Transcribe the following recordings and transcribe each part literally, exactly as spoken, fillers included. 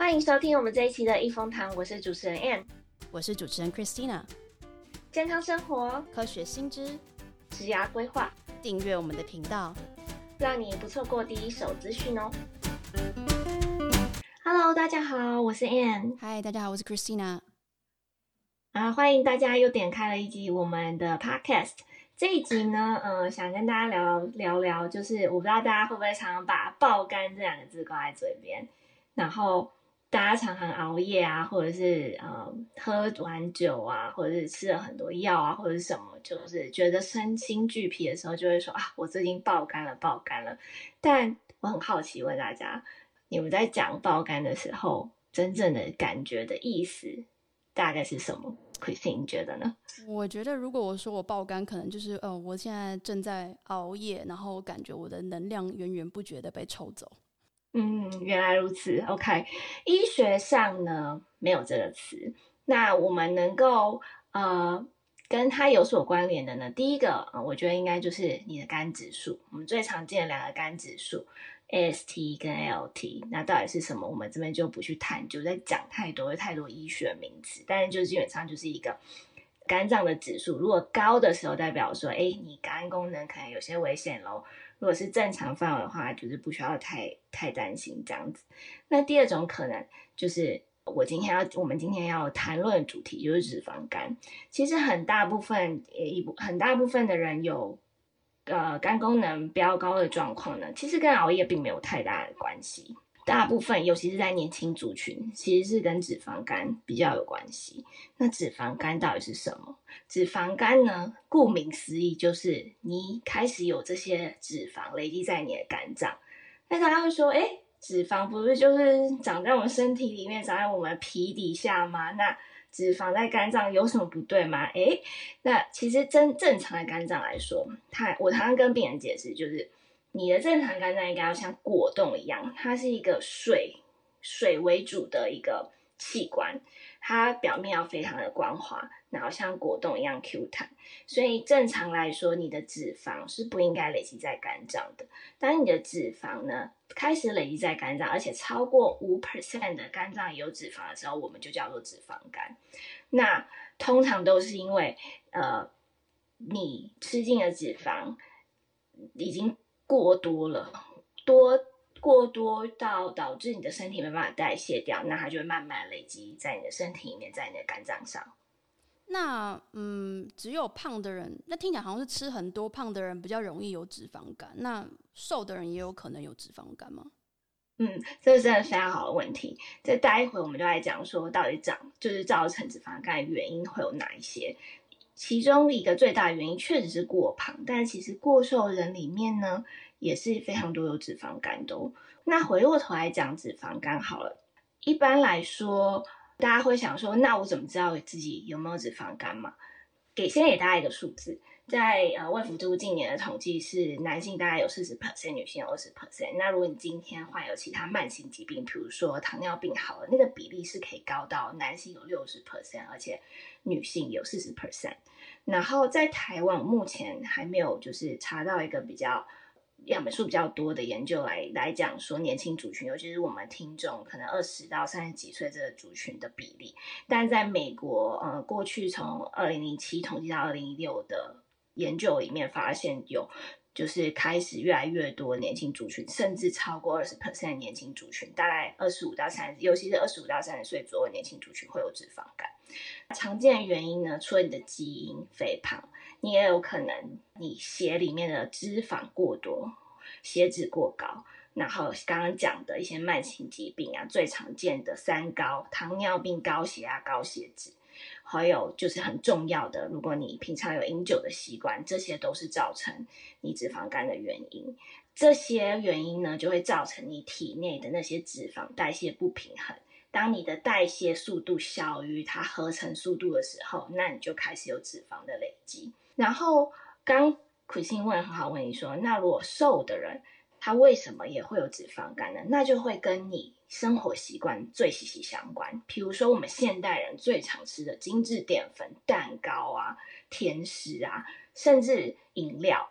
欢迎收听我们这一期的益丰堂，我是主持人 Ann， 我是主持人 Christina。 健康生活， 科学新知， 职涯规划， 订阅我们的频道， 让你不错过第一手资讯哦。Hello， 大家好，我是 Ann。 嗨，大家好，我是 Christina。 啊，欢迎大家又点开了一集我们的 Podcast。这一集呢，呃，想跟大家聊聊聊，就是我不知道大家会不会常常把爆肝这两个字挂在嘴边，然后大家常常熬夜啊，或者是呃喝完酒啊，或者是吃了很多药啊，或者是什么，就是觉得身心俱疲的时候，就会说啊，我最近爆肝了，爆肝了。但我很好奇问大家，你们在讲爆肝的时候，真正的感觉的意思大概是什么？Christine 你觉得呢？ 我觉得如果我说我爆肝，可能就是呃，我现在正在熬夜，然后感觉我的能量源源不绝的被抽走。 嗯，原来如此。OK， 医学上呢没有这个词，那我们能够呃跟它有所关联的呢，第一个、呃、我觉得应该就是你的肝指数。我们最常见的两个肝指数 A S T 跟 L T， 那到底是什么？我们这边就不去探究，在讲太多太多医学名词，但是就基本上就是一个肝脏的指数，如果高的时候代表说，哎，你肝功能可能有些危险咯。如果是正常范围的话，就是不需要太太担心这样子。那第二种可能就是我今天要我们今天要谈论的主题就是脂肪肝。其实很大部分一很大部分的人有呃肝功能飙高的状况呢，其实跟熬夜并没有太大的关系。大部分尤其是在年轻族群，其实是跟脂肪肝比较有关系。那脂肪肝到底是什么？脂肪肝呢，顾名思义就是你开始有这些脂肪累积在你的肝脏。那大家会说，诶，脂肪不是就是长在我们身体里面，长在我们皮底下吗？那脂肪在肝脏有什么不对吗？诶，那其实真正常的肝脏来说，它我常常跟病人解释，就是你的正常肝脏应该要像果冻一样，它是一个水水为主的一个器官，它表面要非常的光滑，然后像果冻一样 Q 弹。所以正常来说，你的脂肪是不应该累积在肝脏的。当你的脂肪呢开始累积在肝脏，而且超过 百分之五 的肝脏有脂肪的时候，我们就叫做脂肪肝。那通常都是因为呃你吃进的脂肪已经过多了，多过多到导致你的身体没办法代谢掉，那它就会慢慢累积在你的身体里面，在你的肝脏上。 那嗯，只有胖的人，那听起来好像是吃很多胖的人比较容易有脂肪肝，那瘦的人也有可能有脂肪肝吗？ 嗯，这是真的非常好的问题。这待会我们就来讲说，到底长就是造成脂肪肝的原因会有哪一些。其中一个最大的原因确实是过胖，但其实过瘦人里面呢，也是非常多有脂肪肝的哦。那回过头来讲脂肪肝好了，一般来说，大家会想说，那我怎么知道自己有没有脂肪肝嘛？给先给大家一个数字，在呃卫福部近年的统计是，男性大概有 百分之四十， 女性有 百分之二十。那如果你今天患有其他慢性疾病，比如说糖尿病好了，那个比例是可以高到男性有 百分之六十， 而且女性有 百分之四十。然后在台湾目前还没有就是查到一个比较样本数比较多的研究来来讲说年轻族群，尤其是我们听众可能二十到三十几岁这个族群的比例。但在美国呃，过去从二零零七统计到二零一六的研究里面发现，有就是开始越来越多年轻族群，甚至超过 百分之二十 的年轻族群，大概二十五到三十，尤其是二十五到三十岁左右的年轻族群会有脂肪肝。常见的原因呢，除了你的基因肥胖，你也有可能你血里面的脂肪过多，血脂过高，然后刚刚讲的一些慢性疾病啊，最常见的三高，糖尿病、高血压、高血脂，还有就是很重要的，如果你平常有饮酒的习惯，这些都是造成你脂肪肝的原因。这些原因呢，就会造成你体内的那些脂肪代谢不平衡。当你的代谢速度小于它合成速度的时候，那你就开始有脂肪的累积。然后刚 Christine 问很好问你说，那如果瘦的人他为什么也会有脂肪肝呢？那就会跟你生活习惯最息息相关。比如说我们现代人最常吃的精致淀粉、蛋糕啊、甜食啊，甚至饮料，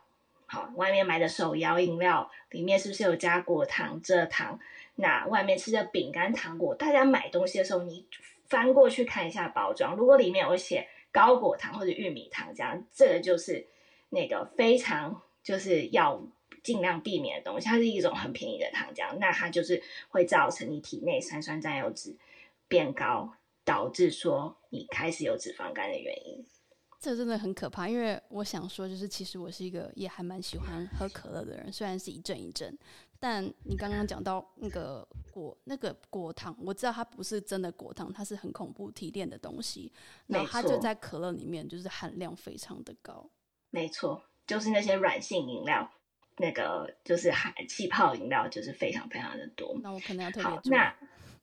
好，外面买的手摇饮料里面是不是有加果糖、蔗糖？那外面吃的饼干、糖果，大家买东西的时候，你翻过去看一下包装，如果里面有写高果糖或者玉米糖这样，这个就是那个非常就是要尽量避免的东西，它是一种很便宜的糖浆，那它就是会造成你体内三酸甘油酯变高，导致说你开始有脂肪肝的原因。 这真的很可怕，因为我想说，就是其实我是一个也还蛮喜欢喝可乐的人，虽然是一阵一阵，但你刚刚讲到那个果那个果糖，我知道它不是真的果糖，它是很恐怖提炼的东西，然后它就在可乐里面，就是含量非常的高。 没错，就是那些软性饮料，那个就是含气泡饮料，就是非常非常的多。 那我可能要特别注意。 那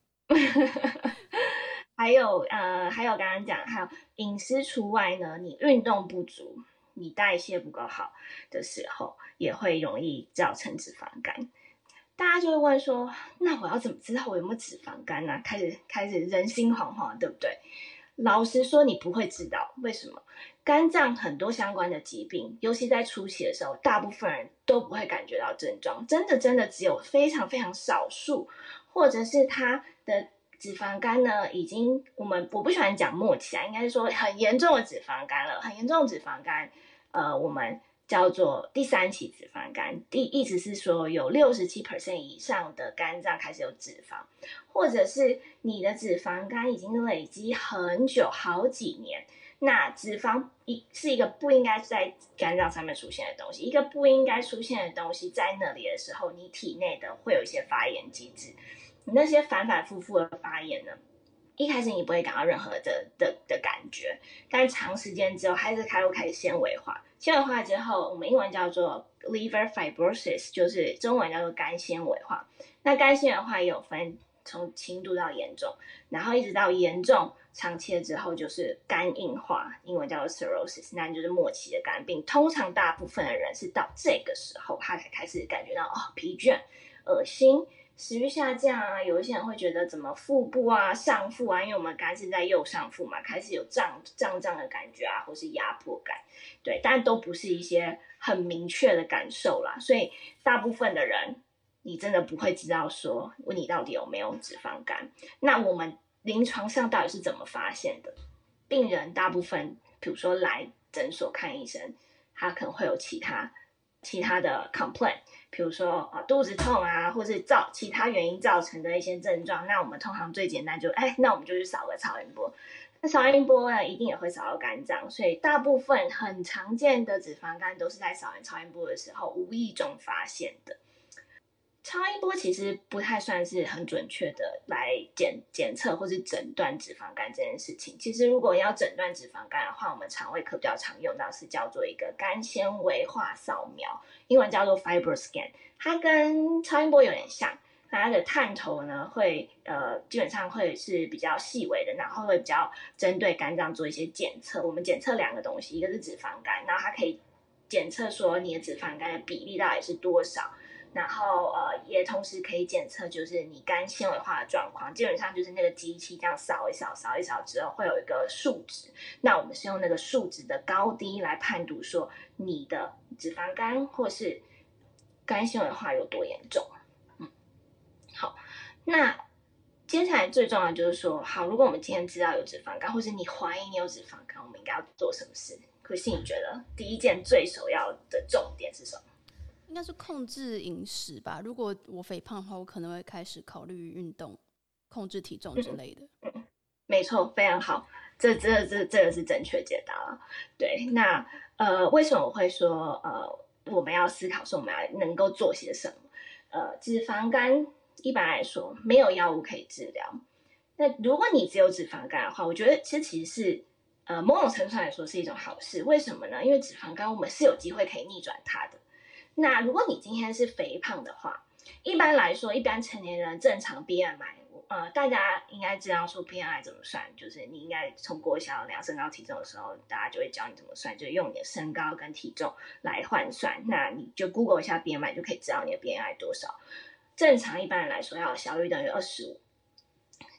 还有呃，还有刚刚讲，还有饮食除外呢，你运动不足，你代谢不够好的时候，也会容易造成脂肪肝。大家就会问说，那我要怎么知道我有没有脂肪肝呢、啊？开始开始人心惶惶，对不对？老实说，你不会知道为什么。肝脏很多相关的疾病，尤其在初期的时候，大部分人都不会感觉到症状，真的真的只有非常非常少数，或者是他的脂肪肝呢，已经我们我不喜欢讲末期啊，应该是说很严重的脂肪肝了，很严重的脂肪肝，呃，我们叫做第三期脂肪肝，第意思是说有 百分之六十七 以上的肝脏开始有脂肪，或者是你的脂肪肝已经累积很久好几年，那脂肪是一个不应该在肝脏上面出现的东西，一个不应该出现的东西在那里的时候，你体内的会有一些发炎机制，你那些反反复复的发炎呢，一开始你不会感到任何的的的感觉，但长时间之后，还是开始开始纤维化，纤维化之后，我们英文叫做 liver fibrosis， 就是中文叫做肝纤维化。那肝纤维化也有分从轻度到严重，然后一直到严重，长期了之后就是肝硬化，英文叫做 cirrhosis， 那就是末期的肝病。通常大部分的人是到这个时候，他才开始感觉到哦疲倦、恶心。食欲下降啊，有一些人会觉得怎么腹部啊、上腹啊，因为我们肝是在右上腹嘛，开始有胀胀胀的感觉啊，或是压迫感，对，但都不是一些很明确的感受啦，所以大部分的人，你真的不会知道说你到底有没有脂肪肝。那我们临床上到底是怎么发现的？病人大部分，比如说来诊所看医生，他可能会有其他其他的 complaint。比如说、呃、肚子痛啊，或是造其他原因造成的一些症状，那我们通常最简单就哎，那我们就去扫个超音波。那超音波呢，一定也会扫到肝脏，所以大部分很常见的脂肪肝都是在扫完超音波的时候无意中发现的。超音波其实不太算是很准确的来检检测或是诊断脂肪肝这件事情。其实如果要诊断脂肪肝的话，我们肠胃科比较常用到是叫做一个肝纤维化扫描，英文叫做 FibroScan， 它跟超音波有点像，它的探头呢会呃基本上会是比较细微的，然后会比较针对肝脏做一些检测。我们检测两个东西，一个是脂肪肝，然后它可以检测说你的脂肪肝的比例到底是多少。然后呃，也同时可以检测就是你肝纤维化的状况，基本上就是那个机器这样扫一扫，扫一扫之后会有一个数值，那我们是用那个数值的高低来判读说你的脂肪肝或是肝纤维化有多严重。嗯，好，那接下来最重要的就是说，好，如果我们今天知道有脂肪肝，或是你怀疑你有脂肪肝，我们应该要做什么事？可是你觉得第一件最首要的重点是什么？ 应该是控制饮食吧。如果我肥胖的话，我可能会开始考虑运动、控制体重之类的。 嗯嗯、没错，非常好，这这这这个是正确解答了。对，那呃，为什么我会说呃，我们要思考说我们要能够做些什么？呃，脂肪肝一般来说没有药物可以治疗。那如果你只有脂肪肝的话，我觉得这其实是呃某种程度上来说是一种好事。为什么呢？因为脂肪肝我们是有机会可以逆转它的。那如果你今天是肥胖的话，一般来说，一般成年人正常 B M I， 呃，大家应该知道说 B M I 怎么算，就是你应该从国小量身高体重的时候，大家就会教你怎么算，就是用你的身高跟体重来换算。那你就 Google 一下 B M I 就可以知道你的 B M I 多少。正常一般人来说要小于等于二十五，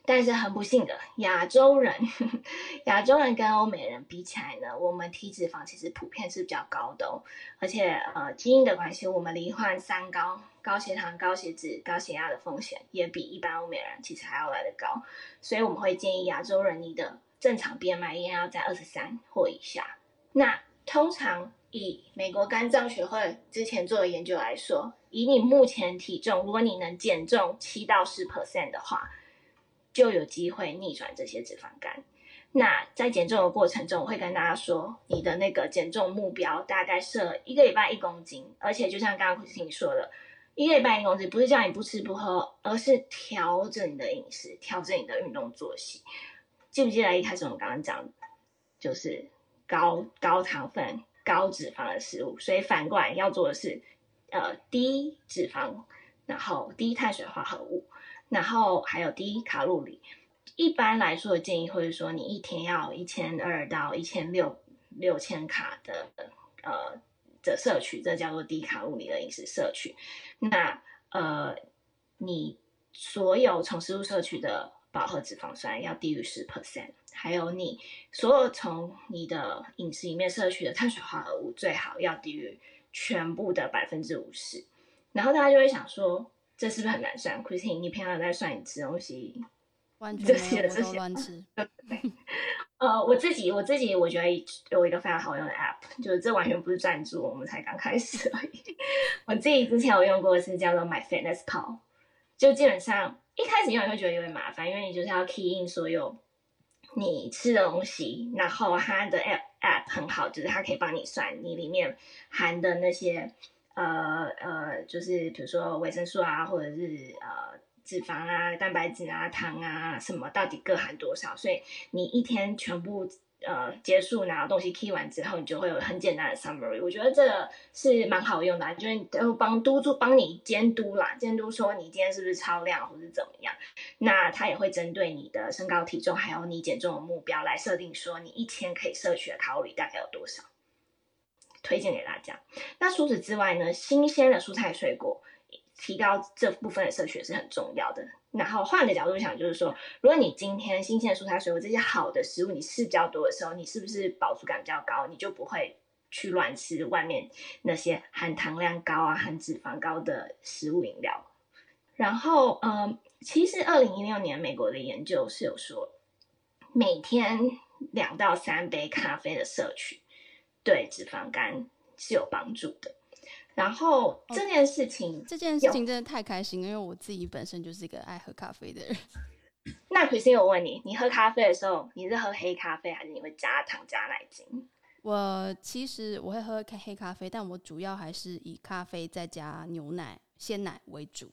但是很不幸的，亚洲人，亚洲人跟欧美人比起来呢，我们体脂肪其实普遍是比较高的哦，而且呃基因的关系，我们罹患三高、高血糖、高血脂、高血压的风险也比一般欧美人其实还要来得高，所以我们会建议亚洲人你的正常 B M I 应该要在二十三或以下。那通常以美国肝脏学会之前做的研究来说，以你目前体重，如果你能减重七到十 percent 的话，就有机会逆转这些脂肪肝。那在减重的过程中，我会跟大家说，你的那个减重目标大概设一个礼拜一公斤，而且就像刚刚Christine说的，一个礼拜一公斤不是叫你不吃不喝，而是调整你的饮食，调整你的运动作息。记不记得一开始我们刚刚讲，就是高高糖分、高脂肪的食物，所以反过来要做的是，呃，低脂肪，然后低碳水化合物。然后还有低卡路里，一般来说的建议会是说，你一天要一千二到一千六六千卡的呃的摄取，这叫做低卡路里的饮食摄取。那呃，你所有从食物摄取的饱和脂肪酸要低于十 percent， 还有你所有从你的饮食里面摄取的碳水化合物最好要低于全部的百分之五十。然后大家就会想说，这是不是很难算 ？Christine， 你平常在算你吃东西完全没有，我都这些乱吃。 呃，我自己我自己我觉得有一个非常好用的 app， 就是这完全不是赞助，我们才刚开始而已。我自己之前有用过的是叫做 MyFitnessPal， 就基本上一开始用你会觉得有点麻烦，因为你就是要 key in 所有你吃的东西，然后它的 app app 很好，就是它可以帮你算你里面含的那些。呃呃，就是比如说维生素啊，或者是呃脂肪啊、蛋白质啊、糖啊什么，到底各含多少？所以你一天全部呃结束拿到东西 key 完之后，你就会有很简单的 summary。我觉得这个是蛮好用的、啊，就是都帮督助帮你监督啦，监督说你今天是不是超量或是怎么样。那它也会针对你的身高体重还有你减重的目标来设定说你一天可以摄取的卡路里大概有多少。推荐给大家。那除此之外呢，新鲜的蔬菜水果提高这部分的摄取是很重要的。然后换个角度想，就是说，如果你今天新鲜的蔬菜水果这些好的食物你吃比较多的时候，你是不是饱足感比较高？你就不会去乱吃外面那些含糖量高啊、含脂肪高的食物饮料。然后，嗯，其实二零一六年美国的研究是有说，每天两到三杯咖啡的摄取对脂肪肝是有帮助的。然后这件事情、 哦、这件事情真的太开心，因为我自己本身就是一个爱喝咖啡的人。 那Christine，我问你，你喝咖啡的时候，你是喝黑咖啡还是你会加糖加奶精？ 我其实我会喝黑咖啡，但我主要还是以咖啡再加牛奶、鲜奶为主。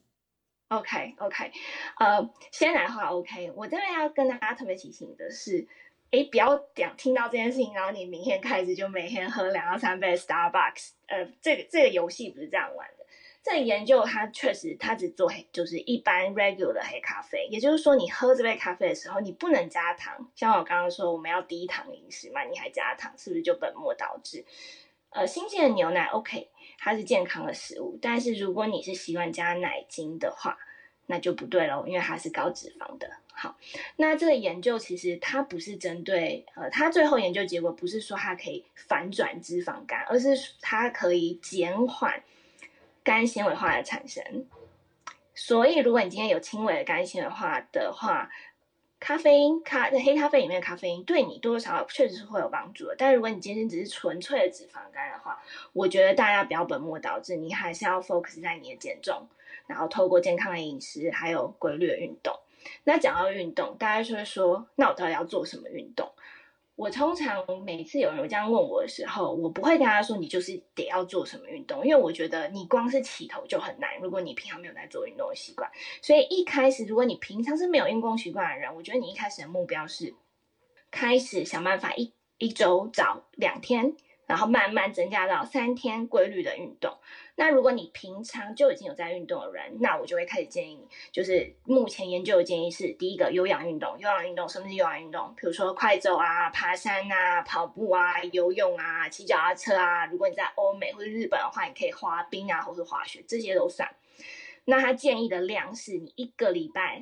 OK OK， 呃，鲜奶的话 OK， 我这边要跟大家特别提醒的是，哎，不要讲听到这件事情，然后你明天开始就每天喝两到三杯 Starbucks， 呃，这个这个游戏不是这样玩的。这个研究它确实它只做黑，就是一般 regular 的黑咖啡，也就是说你喝这杯咖啡的时候，你不能加糖。像我刚刚说我们要低糖饮食嘛，你还加糖，是不是就本末倒置？呃，新鲜的牛奶 OK， 它是健康的食物，但是如果你是习惯加奶精的话，那就不对咯，因为它是高脂肪的。好，那这个研究其实它不是针对，呃，它最后研究结果不是说它可以反转脂肪肝，而是它可以减缓肝纤维化的产生。所以如果你今天有轻微的肝纤维化的话，咖啡因咖黑咖啡里面的咖啡因对你多多少少确实是会有帮助的，但如果你今天只是纯粹的脂肪肝的话，我觉得大家不要本末倒置，你还是要 focus 在你的减重，然后透过健康的饮食还有规律的运动。那讲到运动，大家就会说，那我到底要做什么运动？我通常每次有人这样问我的时候，我不会跟他说你就是得要做什么运动，因为我觉得你光是起头就很难，如果你平常没有在做运动的习惯。所以一开始如果你平常是没有运动习惯的人，我觉得你一开始的目标是开始想办法一一周找两天，然后慢慢增加到三天规律的运动。那如果你平常就已经有在运动的人，那我就会开始建议你，就是目前研究的建议是，第一个有氧运动。有氧运动什么是有氧运动？比如说快走啊、爬山啊、跑步啊、游泳啊、骑脚踏车啊。如果你在欧美或者日本的话，你可以滑冰啊，或是滑雪，这些都算。那他建议的量是你一个礼拜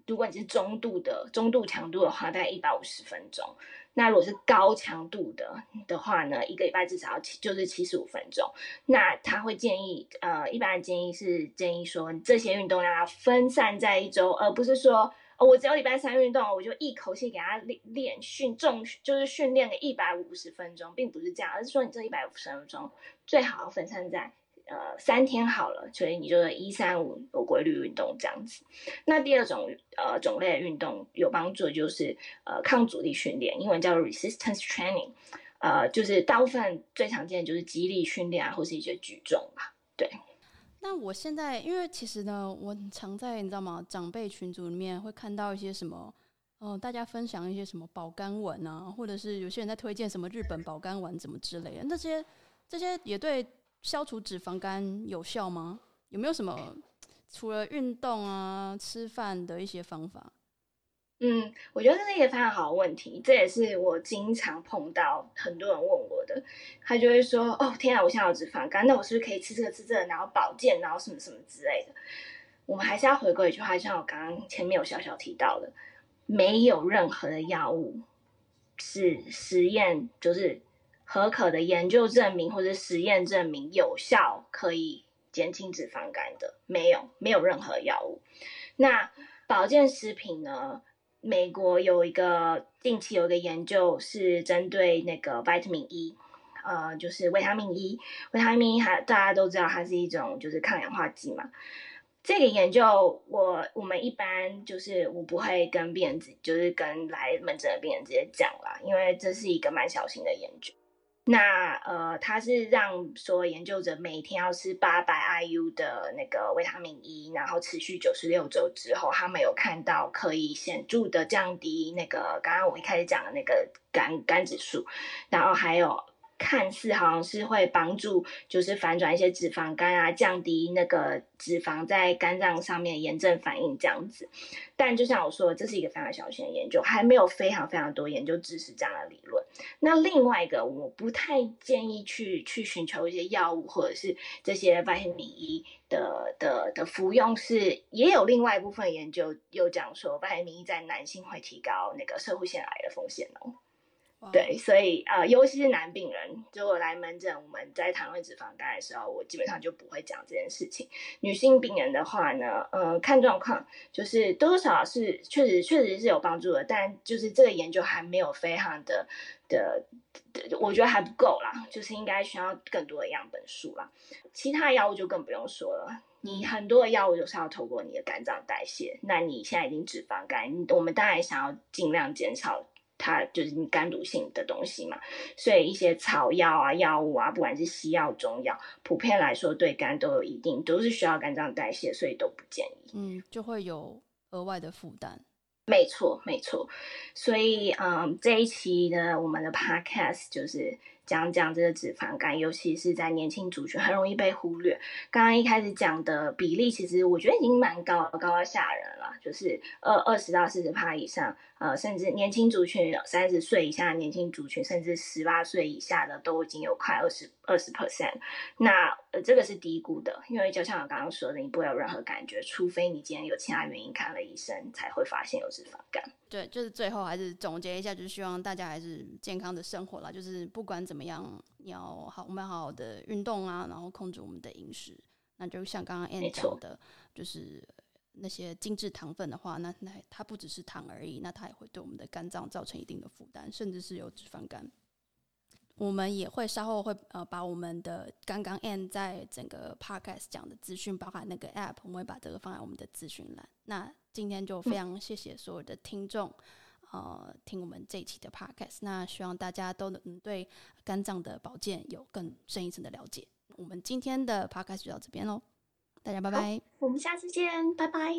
如果你是中度的中度强度的话，大概一百五十分钟。那如果是高强度的的话呢，一个礼拜至少要就是七十五分钟。那他会建议，呃，一般的建议是建议说，这些运动量要分散在一周，而不是说，哦，我只有礼拜三运动，我就一口气给他练训重，就是训练个一百五十分钟，并不是这样，而是说你这一百五十分钟最好要分散在呃三天好了，所以你就一三五有规律运动这样子。那第二种呃种类的运动有帮助的就是呃抗阻力训练，英文叫 resistance training， 呃就是大部分最常见的就是肌力训练啊，或是一些举重吧。对。 那我现在因为其实呢，我常在你知道吗长辈群组里面会看到一些什么。哦，大家分享一些什么保肝丸啊，或者是有些人在推荐什么日本保肝丸怎么之类的，那些这些也对消除脂肪肝有效吗？有没有什么除了运动啊、吃饭的一些方法？ 嗯，我觉得这是一个非常好的问题，这也是我经常碰到很多人问我的。他就会说：“哦，天啊，我现在有脂肪肝，那我是不是可以吃这个吃这个，然后保健，然后什么什么之类的？”我们还是要回归一句话，像我刚刚前面有小小提到的，没有任何的药物是实验就是合可的研究证明或者实验证明有效可以减轻脂肪肝的，没有，没有任何药物。那保健食品呢？美国有一个近期有一个研究是针对那个 vitamin E， 呃，就是维他命 E， 维他命 E 还大家都知道它是一种就是抗氧化剂嘛。这个研究我我们一般就是我不会跟病人就是跟来门诊的病人直接讲啦，因为这是一个蛮小型的研究。那呃，它是让所有研究者每天要吃八百 I U 的那个维他命 E， 然后持续九十六周之后，他们有看到可以显著的降低那个刚刚我一开始讲的那个肝肝指数，然后还有看似好像是会帮助就是反转一些脂肪肝啊，降低那个脂肪在肝脏上面炎症反应这样子。但就像我说的，这是一个非常小型的研究，还没有非常非常多研究支持这样的理论。那另外一个我不太建议去去寻求一些药物或者是这些维他命 E 的的的服用，是也有另外一部分研究有讲说维他命 E 在男性会提高那个射护腺癌的风险哦。对，所以呃，尤其是男病人，如果来门诊，我们在谈论脂肪肝的时候，我基本上就不会讲这件事情。女性病人的话呢，呃，看状况，就是多多少少是确实确实是有帮助的，但就是这个研究还没有非常的的，我觉得还不够啦，就是应该需要更多的样本数啦。其他药物就更不用说了。你很多的药物就是要透过你的肝脏代谢，那你现在已经脂肪肝，我们当然想要尽量减少它就是你肝毒性的东西嘛，所以一些草药啊、药物啊，不管是西药、中药，普遍来说对肝都有一定，都是需要肝脏代谢，所以都不建议。 嗯，就会有额外的负担。 没错，没错。所以，嗯，这一期的我们的 podcast 就是讲讲这个脂肪肝，尤其是在年轻族群很容易被忽略。刚刚一开始讲的比例，其实我觉得已经蛮高，高到吓人了，就是二二十到四十趴以上，呃，甚至年轻族群三十岁以下的年轻族群，甚至十八岁以下的都已经有快二十二十 percent。那呃，这个是低估的，因为就像我刚刚说的，你不会有任何感觉，除非你今天有其他原因看了医生，才会发现有脂肪肝。 对，就是最后还是总结一下，就是希望大家还是健康的生活啦。就是不管怎么样，你要好，我们好好的运动啊，然后控制我们的饮食。那就像刚刚 Anne 讲的，就是那些精致糖分的话，那那它不只是糖而已，那它也会对我们的肝脏造成一定的负担，甚至是有脂肪肝。我们也会稍后会呃把我们的刚刚 Anne 在整个 podcast 讲的资讯，包含那个 app， 我们会把这个放在我们的资讯栏。那今天就非常谢谢所有的听众，呃，听我们这一期的 podcast。那希望大家都能对肝脏的保健有更深一层的了解。我们今天的 podcast 就到这边咯，大家拜拜， 我们下次见，拜拜。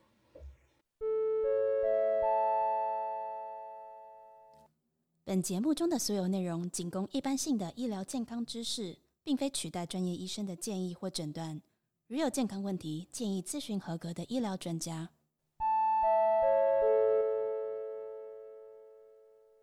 本节目中的所有内容仅供一般性的医疗健康知识，并非取代专业医生的建议或诊断。如有健康问题，建议咨询合格的医疗专家。